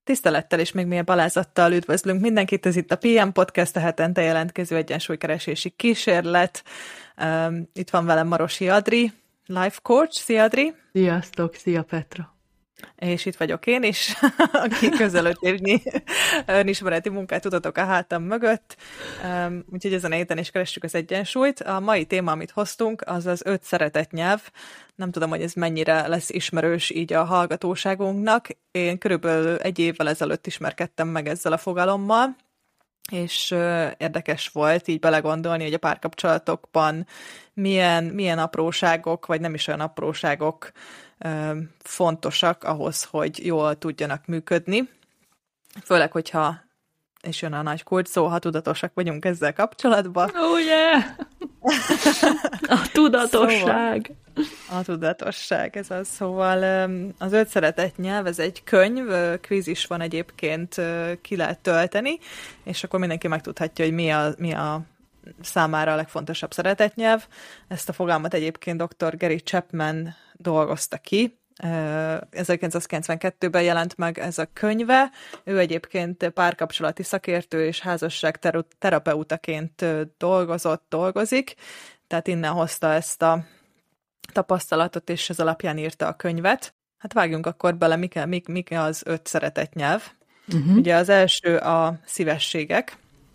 Tisztelettel és még milyen alázattal üdvözlünk mindenkit, ez itt a PM Podcast, a hetente jelentkező egyensúlykeresési kísérlet. Itt van velem Marosi Adri, life coach. Szia, Adri! Sziasztok, szia Petra! És itt vagyok én is, aki közel 5 évnyi önismereti munkát tudatok a hátam mögött. Úgyhogy ezen a héten is keressük az egyensúlyt. A mai téma, amit hoztunk, az az 5 szeretetnyelv. Nem tudom, hogy ez mennyire lesz ismerős így a hallgatóságunknak. Én körülbelül 1 évvel ezelőtt ismerkedtem meg ezzel a fogalommal, és érdekes volt így belegondolni, hogy a párkapcsolatokban milyen apróságok, vagy nem is olyan apróságok fontosak ahhoz, hogy jól tudjanak működni. Főleg, hogyha, és jön a nagy kulcs szó, ha tudatosak vagyunk ezzel kapcsolatban. Oh yeah! A tudatosság! Szóval, a tudatosság, ez az. Szóval az 5 szeretetnyelv, ez egy könyv, kvíz is van egyébként, ki lehet tölteni, és akkor mindenki megtudhatja, hogy mi a számára a legfontosabb szeretetnyelv. Ezt a fogalmat egyébként dr. Gary Chapman dolgozta ki. 1992-ben jelent meg ez a könyve. Ő egyébként párkapcsolati szakértő és házasságterapeutaként dolgozik, tehát innen hozta ezt a tapasztalatot, és ez alapján írta a könyvet. Hát vágjunk akkor bele, mik az 5 szeretetnyelv. Ugye az első a szívességek.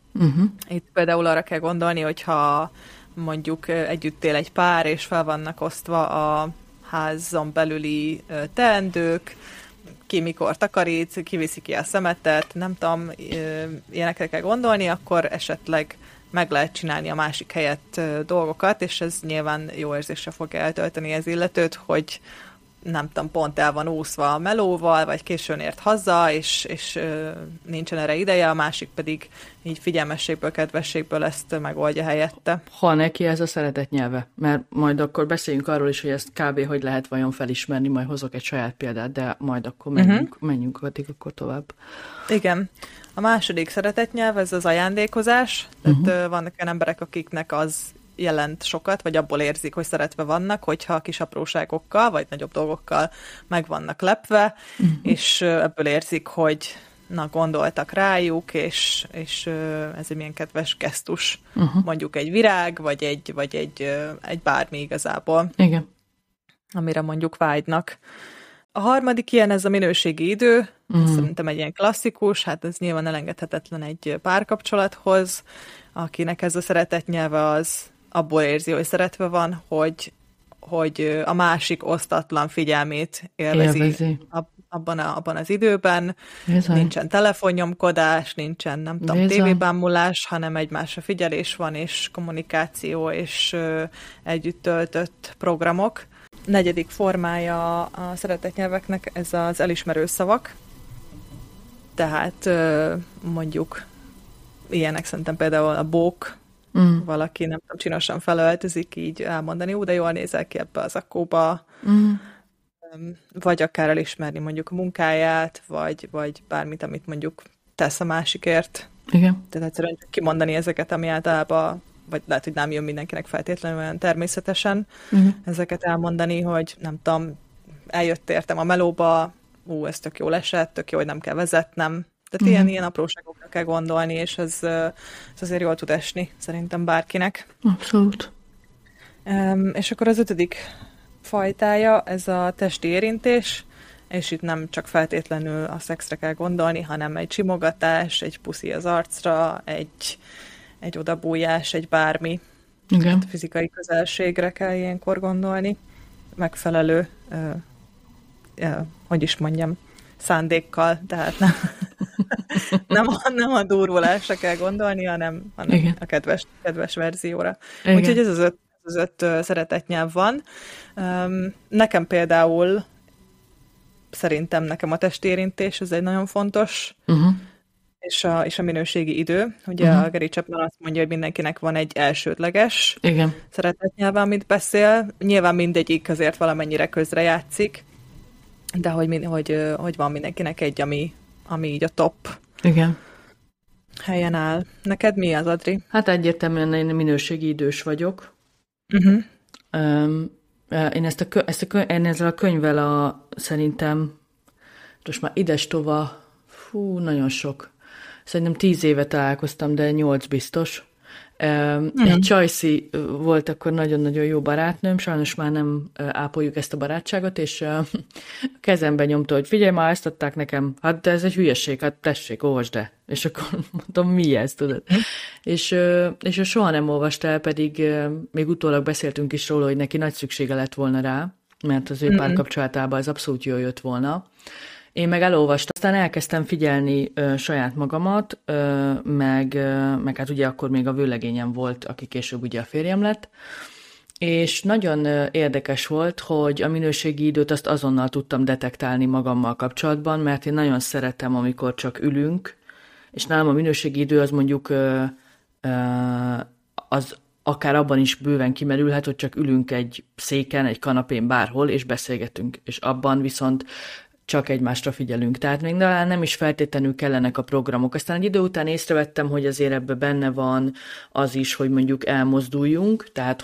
Itt például arra kell gondolni, hogyha mondjuk együtt él egy pár, és fel vannak osztva a házon belüli teendők, ki mikor takarít, ki viszi ki a szemetet, nem tudom, ilyenekre kell gondolni, akkor esetleg meg lehet csinálni a másik helyett dolgokat, és ez nyilván jó érzésre fogja eltölteni az illetőt, hogy nem tudom, pont el van úszva a melóval, vagy későn ért haza, és nincsen erre ideje, a másik pedig így figyelmességből, kedvességből ezt megoldja helyette. Ha neki ez a szeretet nyelve, mert majd akkor beszéljünk arról is, hogy ezt kb. Hogy lehet vajon felismerni, majd hozok egy saját példát, de majd akkor menjünk addig akkor tovább. Igen. A második szeretetnyelv, ez az ajándékozás. Tehát vannak olyan emberek, akiknek az jelent sokat, vagy abból érzik, hogy szeretve vannak, hogyha kis apróságokkal, vagy nagyobb dolgokkal meg vannak lepve, és ebből érzik, hogy gondoltak rájuk, és ez egy milyen kedves gesztus. Mondjuk egy virág, vagy egy bármi igazából. Igen. Amire mondjuk vágynak. A harmadik ilyen, ez a minőségi idő. Ez szerintem egy ilyen klasszikus, hát ez nyilván elengedhetetlen egy párkapcsolathoz. Akinek ez a szeretetnyelve, az abból érzi, hogy szeretve van, hogy a másik osztatlan figyelmét élvezi. Abban az időben. Bizony. Nincsen telefonnyomkodás, nincsen, nem tudom, tévébámulás, hanem egymásra figyelés van, és kommunikáció, és együtt töltött programok. Negyedik formája a szeretetnyelveknek ez az elismerő szavak. Tehát mondjuk ilyenek szerintem például a bók, valaki nem tudom, csinosan felöltözik, így elmondani, de jól nézel ki ebbe az akkóba, vagy akár elismerni mondjuk a munkáját, vagy bármit, amit mondjuk tesz a másikért. Igen. Tehát egyszerűen kimondani ezeket, ami általában, vagy lehet, hogy nem jön mindenkinek feltétlenül olyan természetesen, ezeket elmondani, hogy nem tudom, eljött értem a melóba, ez tök jól esett, tök jó, hogy nem kell vezetnem. Tehát ilyen apróságokra kell gondolni, és ez azért jól tud esni, szerintem bárkinek. Abszolút. És akkor az 5. fajtája, ez a testi érintés, és itt nem csak feltétlenül a szexre kell gondolni, hanem egy simogatás, egy puszi az arcra, egy odabújás, egy bármi. Igen. Hát fizikai közelségre kell ilyenkor gondolni. Megfelelő, hogy is mondjam, szándékkal, tehát nem a durvulásra kell gondolni, hanem a kedves verzióra. Igen. Úgyhogy ez az 5 szeretetnyelv van. Nekem például szerintem a testérintés, ez egy nagyon fontos, és a minőségi idő. Ugye a Gary Chapman azt mondja, hogy mindenkinek van egy elsődleges szeretetnyelve, amit beszél. Nyilván mindegyik azért valamennyire közrejátszik, de hogy van mindenkinek egy, ami így a top helyen áll. Neked mi az, Adri? Hát egyértelműen én minőségi idős vagyok. Én ezzel a könyvvel szerintem most már idestova nagyon sok. Szerintem 10 éve találkoztam, de 8 biztos. Egy Csajci volt akkor nagyon-nagyon jó barátnőm, sajnos már nem ápoljuk ezt a barátságot, és a kezembe nyomta, hogy figyelj, már ezt adták nekem, hát de ez egy hülyeség, hát tessék, olvasd el. És akkor mondtam, mi ez, tudod? És ő soha nem olvasta el, pedig még utólag beszéltünk is róla, hogy neki nagy szüksége lett volna rá, mert az ő párkapcsolatában ez abszolút jól jött volna. Én meg elolvastam, aztán elkezdtem figyelni saját magamat, meg hát ugye akkor még a vőlegényem volt, aki később ugye a férjem lett, és nagyon érdekes volt, hogy a minőségi időt azt azonnal tudtam detektálni magammal kapcsolatban, mert én nagyon szeretem, amikor csak ülünk, és nálam a minőségi idő az mondjuk az akár abban is bőven kimerülhet, hogy csak ülünk egy széken, egy kanapén, bárhol, és beszélgetünk, és abban viszont csak egymásra figyelünk. Tehát még nem is feltétlenül kellenek a programok. Aztán egy idő után észrevettem, hogy azért ebben benne van az is, hogy mondjuk elmozduljunk, tehát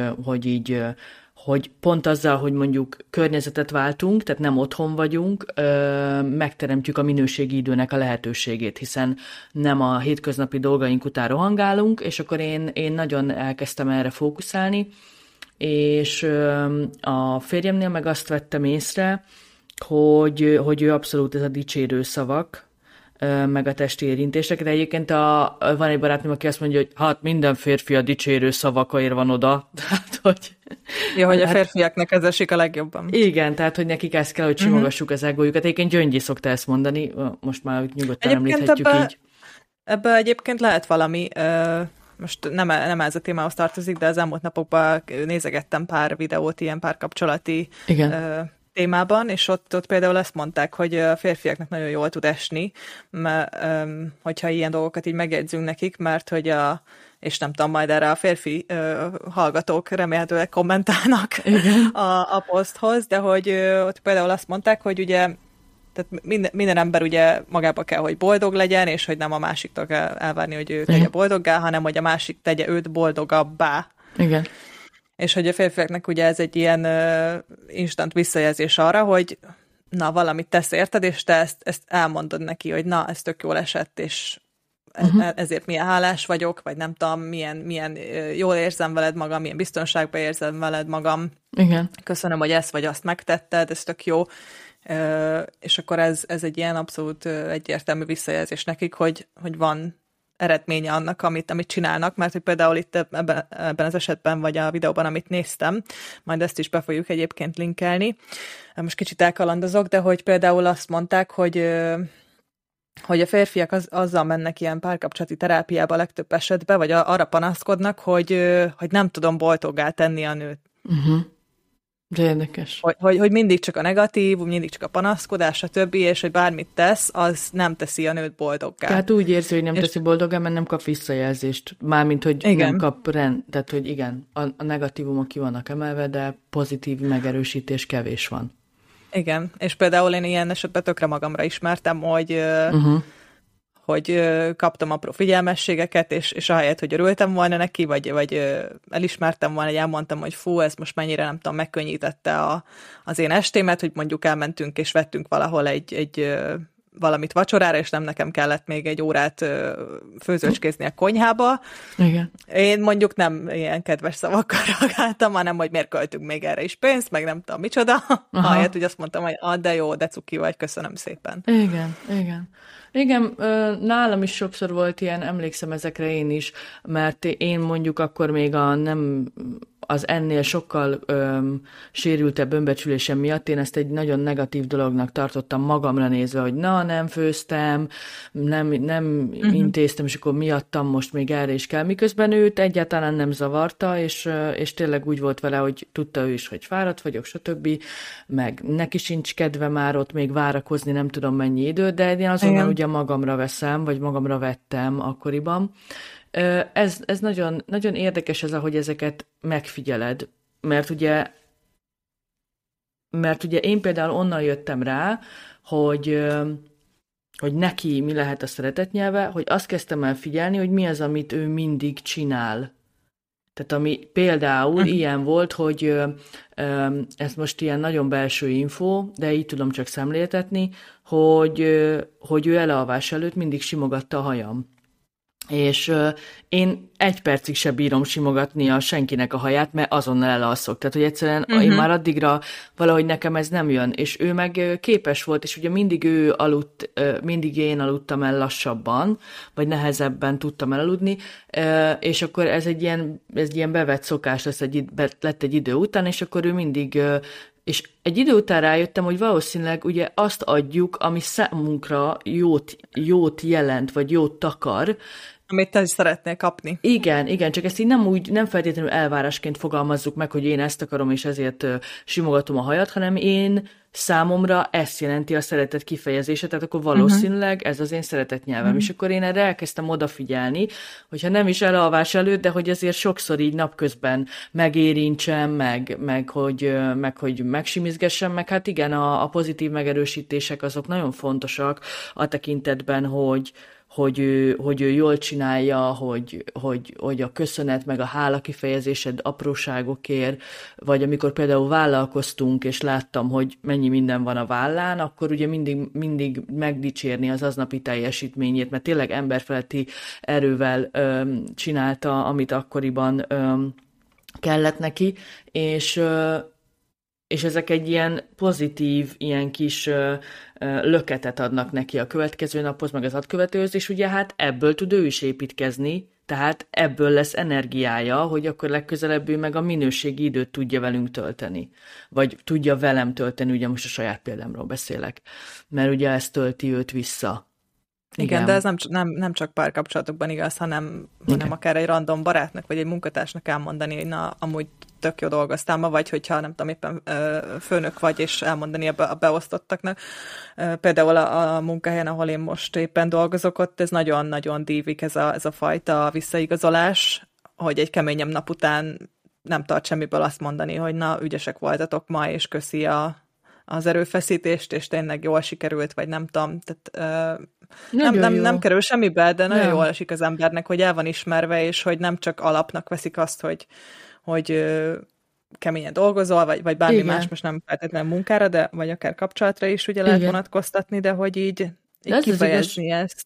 hogy pont azzal, hogy mondjuk környezetet váltunk, tehát nem otthon vagyunk, megteremtjük a minőségi időnek a lehetőségét, hiszen nem a hétköznapi dolgaink után rohangálunk, és akkor én nagyon elkezdtem erre fókuszálni, és a férjemnél meg azt vettem észre, hogy ő abszolút ez a dicsérő szavak, meg a testi érintések, de egyébként van egy barátnőm, aki azt mondja, hogy hát minden férfi a dicsérő szavakért van oda. Tehát, hogy... Ja, hogy a férfiaknak ez esik a legjobban. Igen, tehát, hogy nekik ezt kell, hogy simogassuk az egójukat. Egyébként Gyöngyi szokta ezt mondani, most már nyugodtan említhetjük így. Ebben egyébként lehet valami, most nem ez a témához tartozik, de az elmúlt napokban nézegettem pár videót ilyen párkapcsolati témában, és ott például azt mondták, hogy a férfiaknak nagyon jól tud esni, hogyha ilyen dolgokat így megjegyzünk nekik, mert hogy és nem tudom, majd erre a férfi hallgatók remélhetőleg kommentálnak a poszthoz, de hogy ott például azt mondták, hogy ugye tehát minden ember ugye magába kell, hogy boldog legyen, és hogy nem a másiktól kell elvárni, hogy ő tegye boldoggá, hanem hogy a másik tegye őt boldogabbá. Igen. És hogy a férfiaknak ugye ez egy ilyen instant visszajelzés arra, hogy na, valamit tesz érted, és te ezt elmondod neki, hogy na, ez tök jól esett, és ezért milyen hálás vagyok, vagy nem tudom, milyen jól érzem veled magam, milyen biztonságban érzem veled magam. Igen. Köszönöm, hogy ezt vagy azt megtetted, ez tök jó. És akkor ez egy ilyen abszolút egyértelmű visszajelzés nekik, hogy van eredménye annak, amit csinálnak, mert hogy például itt ebben az esetben, vagy a videóban, amit néztem, majd ezt is be fogjuk egyébként linkelni. Most kicsit elkalandozok, de hogy például azt mondták, hogy a férfiak azzal mennek ilyen párkapcsolati terápiába a legtöbb esetben, vagy arra panaszkodnak, hogy nem tudom boldoggá tenni a nőt. De érdekes. Hogy mindig csak a negatív, mindig csak a panaszkodás, stb., és hogy bármit tesz, az nem teszi a nőt boldoggá. Tehát úgy érzi, hogy nem teszi boldoggá, mert nem kap visszajelzést. Mármint, hogy nem kap tehát, hogy igen, a negatívumok ki vannak emelve, de pozitív megerősítés kevés van. Igen, és például én ilyen esetben tökre magamra ismertem, hogy kaptam apró figyelmességeket, és ahelyett, hogy örültem volna neki, vagy elismertem volna, hogy elmondtam, hogy fú, ez most mennyire, nem tudom, megkönnyítette az én estémet, hogy mondjuk elmentünk és vettünk valahol egy valamit vacsorára, és nem nekem kellett még egy órát főzőcskézni a konyhába. Igen. Én mondjuk nem ilyen kedves szavakkal reagáltam, hanem hogy miért költünk még erre is pénzt, meg nem tudom micsoda. Ahelyett, hogy azt mondtam, hogy de jó, de cuki vagy, köszönöm szépen. Igen, nálam is sokszor volt ilyen, emlékszem ezekre én is, mert én mondjuk akkor még az ennél sokkal sérültebb önbecsülésem miatt én ezt egy nagyon negatív dolognak tartottam magamra nézve, hogy na, nem főztem, nem intéztem, és akkor miattam most még erre is kell. Miközben őt egyáltalán nem zavarta, és tényleg úgy volt vele, hogy tudta ő is, hogy fáradt vagyok, stb. Meg neki sincs kedve már ott még várakozni, nem tudom mennyi idő, de én azonnal ugye magamra veszem, vagy magamra vettem akkoriban. Ez nagyon, nagyon érdekes ez, ahogy ezeket megfigyeled, mert ugye én például onnan jöttem rá, hogy neki mi lehet a szeretetnyelve, hogy azt kezdtem el figyelni, hogy mi az, amit ő mindig csinál. Tehát ami például ilyen volt, hogy ez most ilyen nagyon belső info, de így tudom csak szemléltetni, hogy ő elalvás előtt mindig simogatta a hajam. És én 1 percig se bírom simogatni a senkinek a haját, mert azonnal elalszok. Tehát, hogy egyszerűen én már addigra valahogy nekem ez nem jön. És ő meg képes volt, és ugye mindig ő aludt, mindig én aludtam el lassabban, vagy nehezebben tudtam elaludni, és akkor ez egy ilyen bevett szokás lett egy idő után, és akkor ő mindig... És egy idő után rájöttem, hogy valószínűleg ugye azt adjuk, ami számunkra jót jelent, vagy jót takar. Amit te is szeretnél kapni. Igen, csak ezt így nem feltétlenül elvárásként fogalmazzuk meg, hogy én ezt akarom, és ezért simogatom a hajat, hanem számomra ezt jelenti a szeretet kifejezése, tehát akkor valószínűleg ez az én szeretetnyelvem. És akkor én erre elkezdtem odafigyelni, hogyha nem is elalvás előtt, de hogy azért sokszor így napközben megérintsem, meg hogy megsimizgessem, meg hát igen, a pozitív megerősítések azok nagyon fontosak a tekintetben, hogy ő jól csinálja, hogy a köszönet, meg a hála kifejezésed apróságokért, vagy amikor például vállalkoztunk, és láttam, hogy mennyi minden van a vállán, akkor ugye mindig megdicsérni az aznapi teljesítményét, mert tényleg emberfeletti erővel csinálta, amit akkoriban kellett neki, és ezek egy ilyen pozitív, ilyen kis löketet adnak neki a következő naphoz, meg az adkövetőhöz, és ugye hát ebből tud ő is építkezni, tehát ebből lesz energiája, hogy akkor legközelebb ő meg a minőségi időt tudja velünk tölteni. Vagy tudja velem tölteni, ugye most a saját példámról beszélek, mert ugye ez tölti őt vissza. Igen, de ez nem csak párkapcsolatokban igaz, hanem akár egy random barátnak, vagy egy munkatársnak elmondani, hogy na, amúgy tök jó dolgoztál ma, vagy hogyha nem tudom, éppen főnök vagy, és elmondani a beosztottaknak. Például a munkahelyen, ahol én most éppen dolgozok, ott ez nagyon-nagyon dívik ez a fajta visszaigazolás, hogy egy keményebb nap után nem tart semmiből azt mondani, hogy na, ügyesek voltatok ma, és köszi az erőfeszítést, és tényleg jól sikerült, vagy nem tudom, tehát nem kerül semmibe, de nagyon jól esik az embernek, hogy el van ismerve, és hogy nem csak alapnak veszik azt, hogy keményen dolgozol, vagy bármi más, most nem feltétlenül munkára, de vagy akár kapcsolatra is ugye lehet vonatkoztatni, de hogy így kifejezni ezt.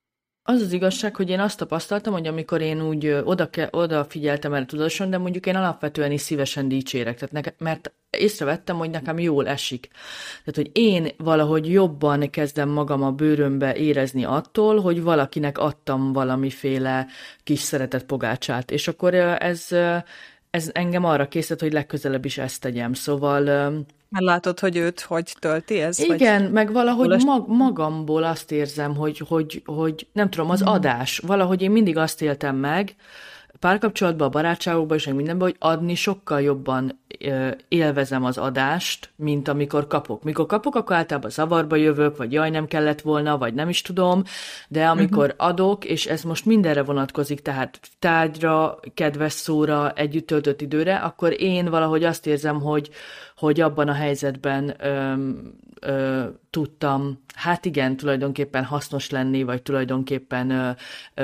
Az az igazság, hogy én azt tapasztaltam, hogy amikor én úgy odafigyeltem erre tudatosan, de mondjuk én alapvetően is szívesen dicsérek, tehát mert észrevettem, hogy nekem jól esik. Tehát, hogy én valahogy jobban kezdem magam a bőrömbe érezni attól, hogy valakinek adtam valamiféle kis szeretett pogácsát, és akkor ez engem arra készített, hogy legközelebb is ezt tegyem, szóval... Mert látod, hogy őt hogy tölti ez? Igen, vagy meg valahogy magamból azt érzem, hogy nem tudom, az adás. Valahogy én mindig azt éltem meg, párkapcsolatban, a barátságokban és mindenben, hogy adni sokkal jobban élvezem az adást, mint amikor kapok. Mikor kapok, akkor általában zavarba jövök, vagy jaj, nem kellett volna, vagy nem is tudom, de amikor adok, és ez most mindenre vonatkozik, tehát tárgyra, kedves szóra, együtt töltött időre, akkor én valahogy azt érzem, hogy abban a helyzetben tudtam, hát igen, tulajdonképpen hasznos lenni, vagy tulajdonképpen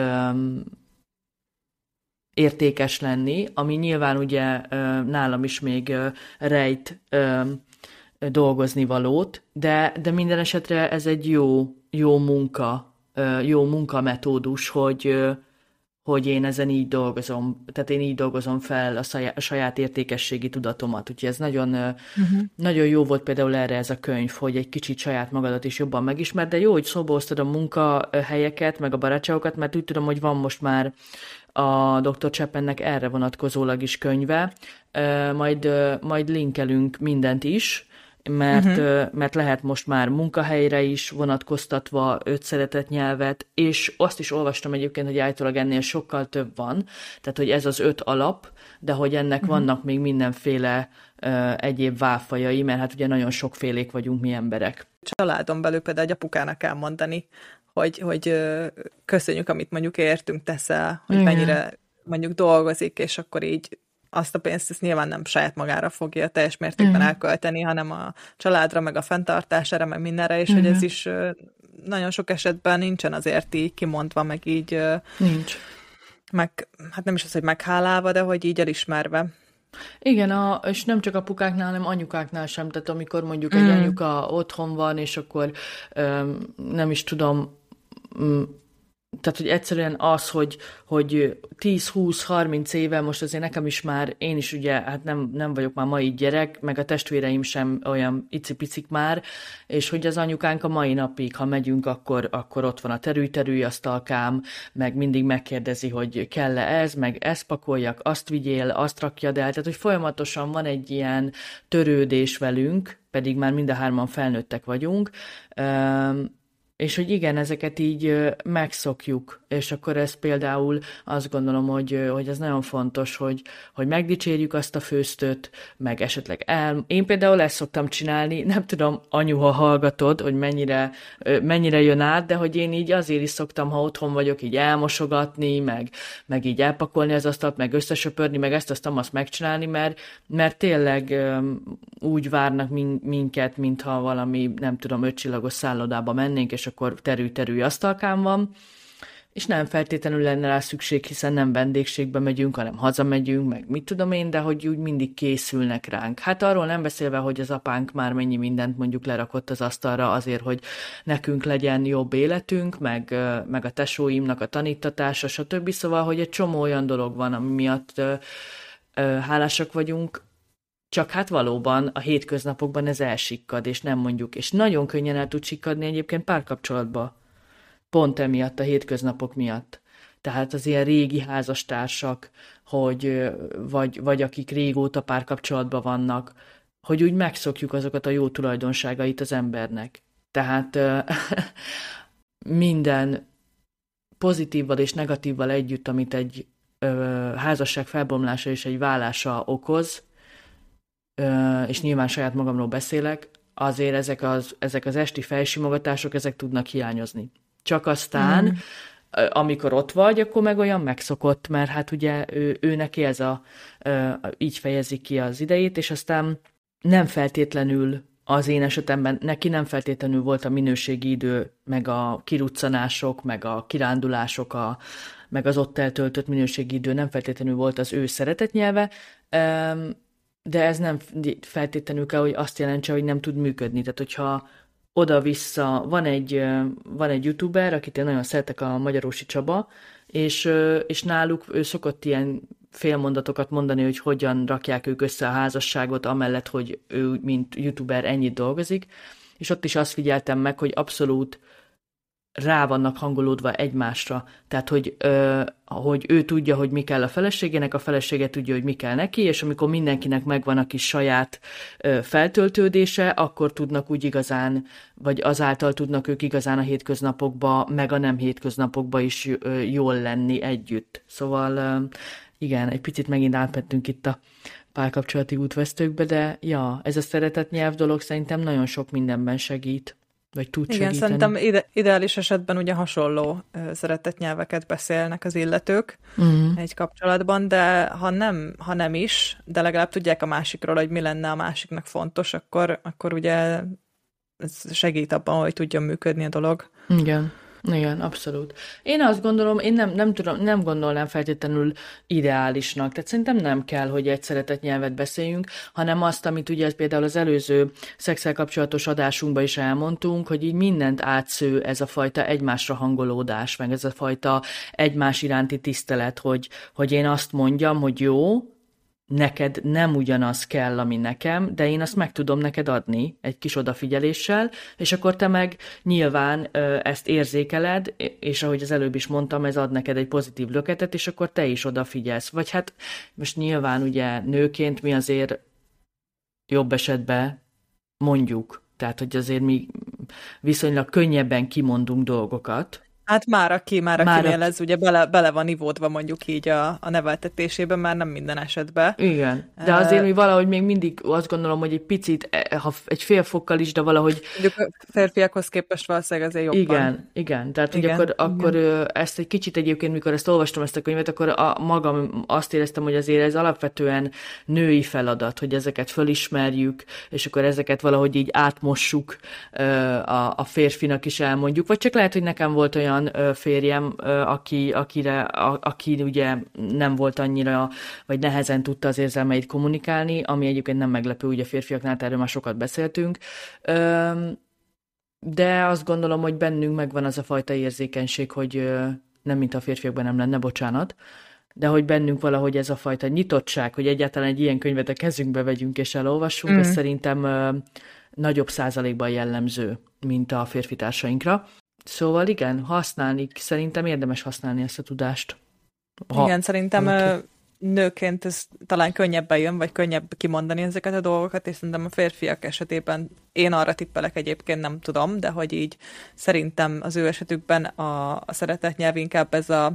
értékes lenni, ami nyilván ugye nálam is még rejt dolgozni valót, de minden esetre ez egy jó munkametódus, hogy én ezen így dolgozom, tehát én így dolgozom fel a saját értékességi tudatomat. Úgyhogy ez nagyon jó volt például erre ez a könyv, hogy egy kicsit saját magadat is jobban megismerd, de jó, hogy szóba hoztad a munkahelyeket, meg a barátságokat, mert úgy tudom, hogy van most már a Dr. Chapmannek erre vonatkozólag is könyve, majd linkelünk mindent is, mert lehet most már munkahelyre is vonatkoztatva 5 szeretett nyelvet, és azt is olvastam egyébként, hogy állítólag ennél sokkal több van, tehát hogy ez az 5 alap, de hogy ennek vannak még mindenféle egyéb válfajai, mert hát ugye nagyon sokfélék vagyunk mi emberek. Családon belül például egy apukának elmondani, hogy köszönjük, amit mondjuk értünk teszel, hogy mennyire mondjuk dolgozik, és akkor így azt a pénzt ezt nyilván nem saját magára fogja teljes mértékben elkölteni, hanem a családra, meg a fenntartására, meg mindenre, és hogy ez is nagyon sok esetben nincsen azért így kimondva, meg így nincs. Meg, hát nem is az, hogy meghálálva, de hogy így elismerve. Igen, és nem csak apukáknál, hanem anyukáknál sem. Tehát amikor mondjuk egy anyuka otthon van, és akkor nem is tudom, tehát, hogy egyszerűen az, hogy 10-20-30 éve, most azért nekem is már, én is ugye, hát nem vagyok már mai gyerek, meg a testvéreim sem olyan icipicik már, és hogy az anyukánk a mai napig, ha megyünk, akkor ott van a terű asztalkám, meg mindig megkérdezi, hogy kell-e ez, meg ezt pakoljak, azt vigyél, azt rakjad el, tehát, hogy folyamatosan van egy ilyen törődés velünk, pedig már mind a hárman felnőttek vagyunk, és hogy igen, ezeket így megszokjuk, és akkor ez például azt gondolom, hogy ez nagyon fontos, hogy megdicsérjük azt a főztőt, meg esetleg Én például ezt szoktam csinálni, nem tudom, anyu, ha hallgatod, hogy mennyire jön át, de hogy én így azért is szoktam, ha otthon vagyok, így elmosogatni, meg így elpakolni az asztalt, meg összesöpörni, meg azt megcsinálni, mert tényleg úgy várnak minket, mintha valami, nem tudom, 5 csillagos szállodába mennénk, és akkor terű asztalkám van, és nem feltétlenül lenne rá szükség, hiszen nem vendégségbe megyünk, hanem hazamegyünk, meg mit tudom én, de hogy úgy mindig készülnek ránk. Hát arról nem beszélve, hogy az apánk már mennyi mindent mondjuk lerakott az asztalra azért, hogy nekünk legyen jobb életünk, meg a tesóimnak a tanítatása, stb. Szóval, hogy egy csomó olyan dolog van, ami miatt hálásak vagyunk, csak hát valóban a hétköznapokban ez elsikkad, és nem mondjuk, és nagyon könnyen el tud sikkadni egyébként párkapcsolatba. Pont emiatt, a hétköznapok miatt. Tehát az ilyen régi házastársak, vagy akik régóta párkapcsolatban vannak, hogy úgy megszokjuk azokat a jó tulajdonságait az embernek. Tehát minden pozitívval és negatívval együtt, amit egy házasság felbomlása és egy válása okoz, és nyilván saját magamról beszélek, azért ezek az esti fejsimogatások, ezek tudnak hiányozni. Csak aztán, amikor ott vagy, akkor meg olyan megszokott, mert hát ugye ő neki ez így fejezik ki az idejét, és aztán nem feltétlenül az én esetemben, neki nem feltétlenül volt a minőségi idő, meg a kiruccanások, meg a kirándulások, meg az ott eltöltött minőségi idő nem feltétlenül volt az ő szeretetnyelve, de ez nem feltétlenül kell, hogy azt jelentse, hogy nem tud működni. Tehát, hogyha oda-vissza van egy youtuber, akit én nagyon szeretek, a Magyarósi Csaba, és náluk ő szokott ilyen félmondatokat mondani, hogy hogyan rakják ők össze a házasságot, amellett, hogy ő, mint youtuber ennyit dolgozik, és ott is azt figyeltem meg, hogy abszolút rá vannak hangolódva egymásra. Tehát, hogy ő tudja, hogy mi kell a feleségének, a felesége tudja, hogy mi kell neki, és amikor mindenkinek megvan a kis saját feltöltődése, akkor tudnak úgy igazán, vagy azáltal tudnak ők igazán a hétköznapokba, meg a nem hétköznapokba is jól lenni együtt. Szóval igen, egy picit megint átmettünk itt a párkapcsolati útvesztőkbe, de ja, ez a szeretetnyelv dolog szerintem nagyon sok mindenben segít. Vagy tud segíteni. Igen, szerintem ideális esetben ugye hasonló szeretetnyelveket beszélnek az illetők egy kapcsolatban, de ha nem is, de legalább tudják a másikról, hogy mi lenne a másiknak fontos, akkor ugye ez segít abban, hogy tudjon működni a dolog. Igen, abszolút. Én azt gondolom, én nem gondolnám feltétlenül ideálisnak. Tehát szerintem nem kell, hogy egy szeretetnyelvet beszéljünk, hanem azt, amit ugye például az előző szexszel kapcsolatos adásunkban is elmondtunk, hogy így mindent átsző ez a fajta egymásra hangolódás, meg ez a fajta egymás iránti tisztelet, hogy én azt mondjam, hogy jó, neked nem ugyanaz kell, ami nekem, de én azt meg tudom neked adni egy kis odafigyeléssel, és akkor te meg nyilván ezt érzékeled, és ahogy az előbb is mondtam, ez ad neked egy pozitív löketet, és akkor te is odafigyelsz. Vagy hát most nyilván ugye nőként mi azért jobb esetben mondjuk, tehát hogy azért mi viszonylag könnyebben kimondunk dolgokat. Hát akinél ez ugye bele van ivódva mondjuk így a neveltetésében, már nem minden esetben. Igen, de azért mi valahogy még mindig azt gondolom, hogy egy picit, ha egy fél fokkal is, de valahogy... Mondjuk a férfiakhoz képest valószínűleg azért jobban. Igen, tehát hogy akkor ezt egy kicsit egyébként, mikor ezt olvastam ezt a könyvet, akkor magam azt éreztem, hogy azért ez alapvetően női feladat, hogy ezeket fölismerjük, és akkor ezeket valahogy így átmossuk, a férfinak is elmondjuk, vagy csak lehet, hogy nekem volt olyan olyan férjem, aki ugye nem volt annyira, vagy nehezen tudta az érzelmeit kommunikálni, ami egyébként nem meglepő, ugye férfiaknál, erről már sokat beszéltünk. De azt gondolom, hogy bennünk megvan az a fajta érzékenység, hogy nem mint a férfiakban nem lenne, bocsánat, de hogy bennünk valahogy ez a fajta nyitottság, hogy egyáltalán egy ilyen könyvet a kezünkbe vegyünk és elolvassunk, ez szerintem nagyobb százalékban jellemző, mint a férfi társainkra. Szóval igen, szerintem érdemes használni ezt a tudást. Igen, szerintem nőként ez talán könnyebben jön, vagy könnyebb kimondani ezeket a dolgokat, és szerintem a férfiak esetében én arra tippelek, egyébként nem tudom, de hogy így szerintem az ő esetükben a szeretetnyelv inkább ez a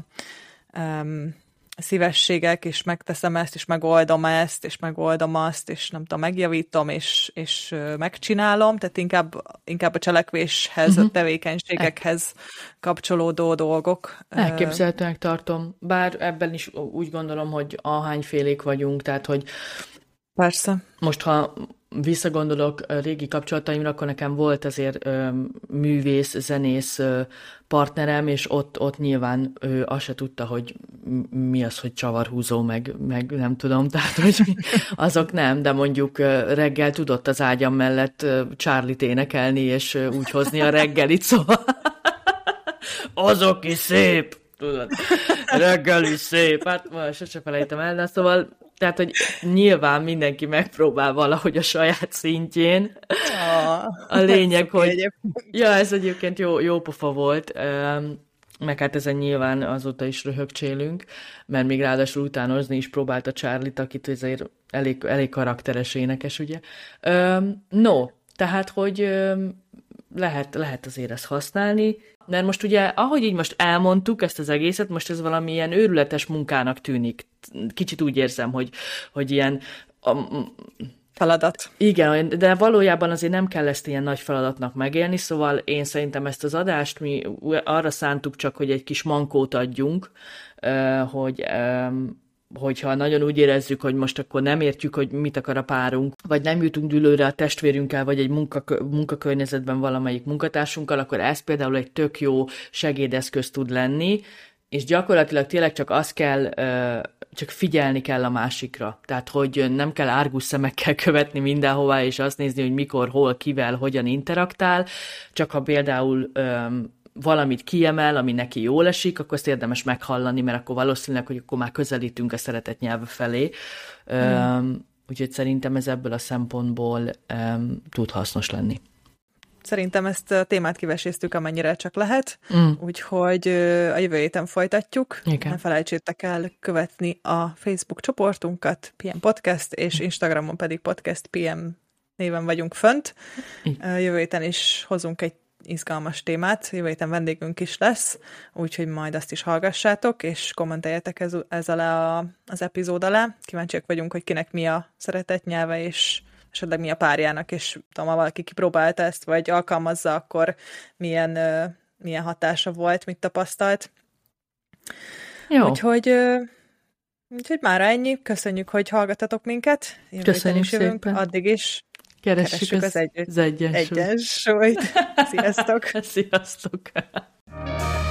szívességek, és megteszem ezt, és megoldom ezt, és megoldom azt, és nem tudom, megjavítom, és megcsinálom, tehát inkább a cselekvéshez, a tevékenységekhez kapcsolódó dolgok. Elképzelhetőnek tartom, bár ebben is úgy gondolom, hogy ahányfélék vagyunk, tehát hogy persze. Most, ha visszagondolok régi kapcsolataimra, akkor nekem volt azért művész, zenész partnerem, és ott nyilván ő azt se tudta, hogy mi az, hogy csavarhúzó, meg nem tudom, tehát hogy azok nem, de mondjuk reggel tudott az ágyam mellett Charlie-t énekelni, és úgy hozni a reggelit, szóval azok is szép, tudod, reggel is szép, hát sose felejtem el, de szóval tehát, hogy nyilván mindenki megpróbál valahogy a saját szintjén. A lényeg, hogy... Ja, ez egyébként jó pofa volt, meg hát ezen nyilván azóta is röhögcsélünk, mert még ráadásul utánozni is próbálta Charlie-t, akit azért elég karakteres énekes, ugye. No, tehát, hogy lehet azért ezt használni, mert most ugye, ahogy így most elmondtuk ezt az egészet, most ez valami ilyen őrületes munkának tűnik. Kicsit úgy érzem, hogy ilyen... feladat. Igen, de valójában azért nem kell ezt ilyen nagy feladatnak megélni, szóval én szerintem ezt az adást mi arra szántuk csak, hogy egy kis mankót adjunk, hogyha nagyon úgy érezzük, hogy most akkor nem értjük, hogy mit akar a párunk, vagy nem jutunk dűlőre a testvérünkkel, vagy egy munkakörnyezetben valamelyik munkatársunkkal, akkor ez például egy tök jó segédeszköz tud lenni, és gyakorlatilag tényleg csak az kell, csak figyelni kell a másikra. Tehát, hogy nem kell árgus szemekkel követni mindenhová, és azt nézni, hogy mikor, hol, kivel, hogyan interaktál, csak ha például valamit kiemel, ami neki jól esik, akkor azt érdemes meghallani, mert akkor valószínűleg, hogy akkor már közelítünk a szeretet nyelve felé. Úgyhogy szerintem ez ebből a szempontból tud hasznos lenni. Szerintem ezt a témát kiveséztük, amennyire csak lehet, úgyhogy a jövő héten folytatjuk. Igen. Ne felejtsétek el követni a Facebook csoportunkat, PM Podcast, és Instagramon pedig Podcast PM néven vagyunk fönt. Jövő héten is hozunk egy izgalmas témát, jövő héten vendégünk is lesz, úgyhogy majd azt is hallgassátok, és kommenteljetek ez alá az epizód alá. Kíváncsiak vagyunk, hogy kinek mi a szeretetnyelve, és esetleg mi a párjának, és tudom, ha valaki kipróbálta ezt, vagy alkalmazza, akkor milyen hatása volt, mit tapasztalt. Jó. Úgyhogy mára ennyi. Köszönjük, hogy hallgatatok minket. Köszönjük jövünk. szépen. Addig is Keressük az egyensúlyt. Sziasztok! Sziasztok!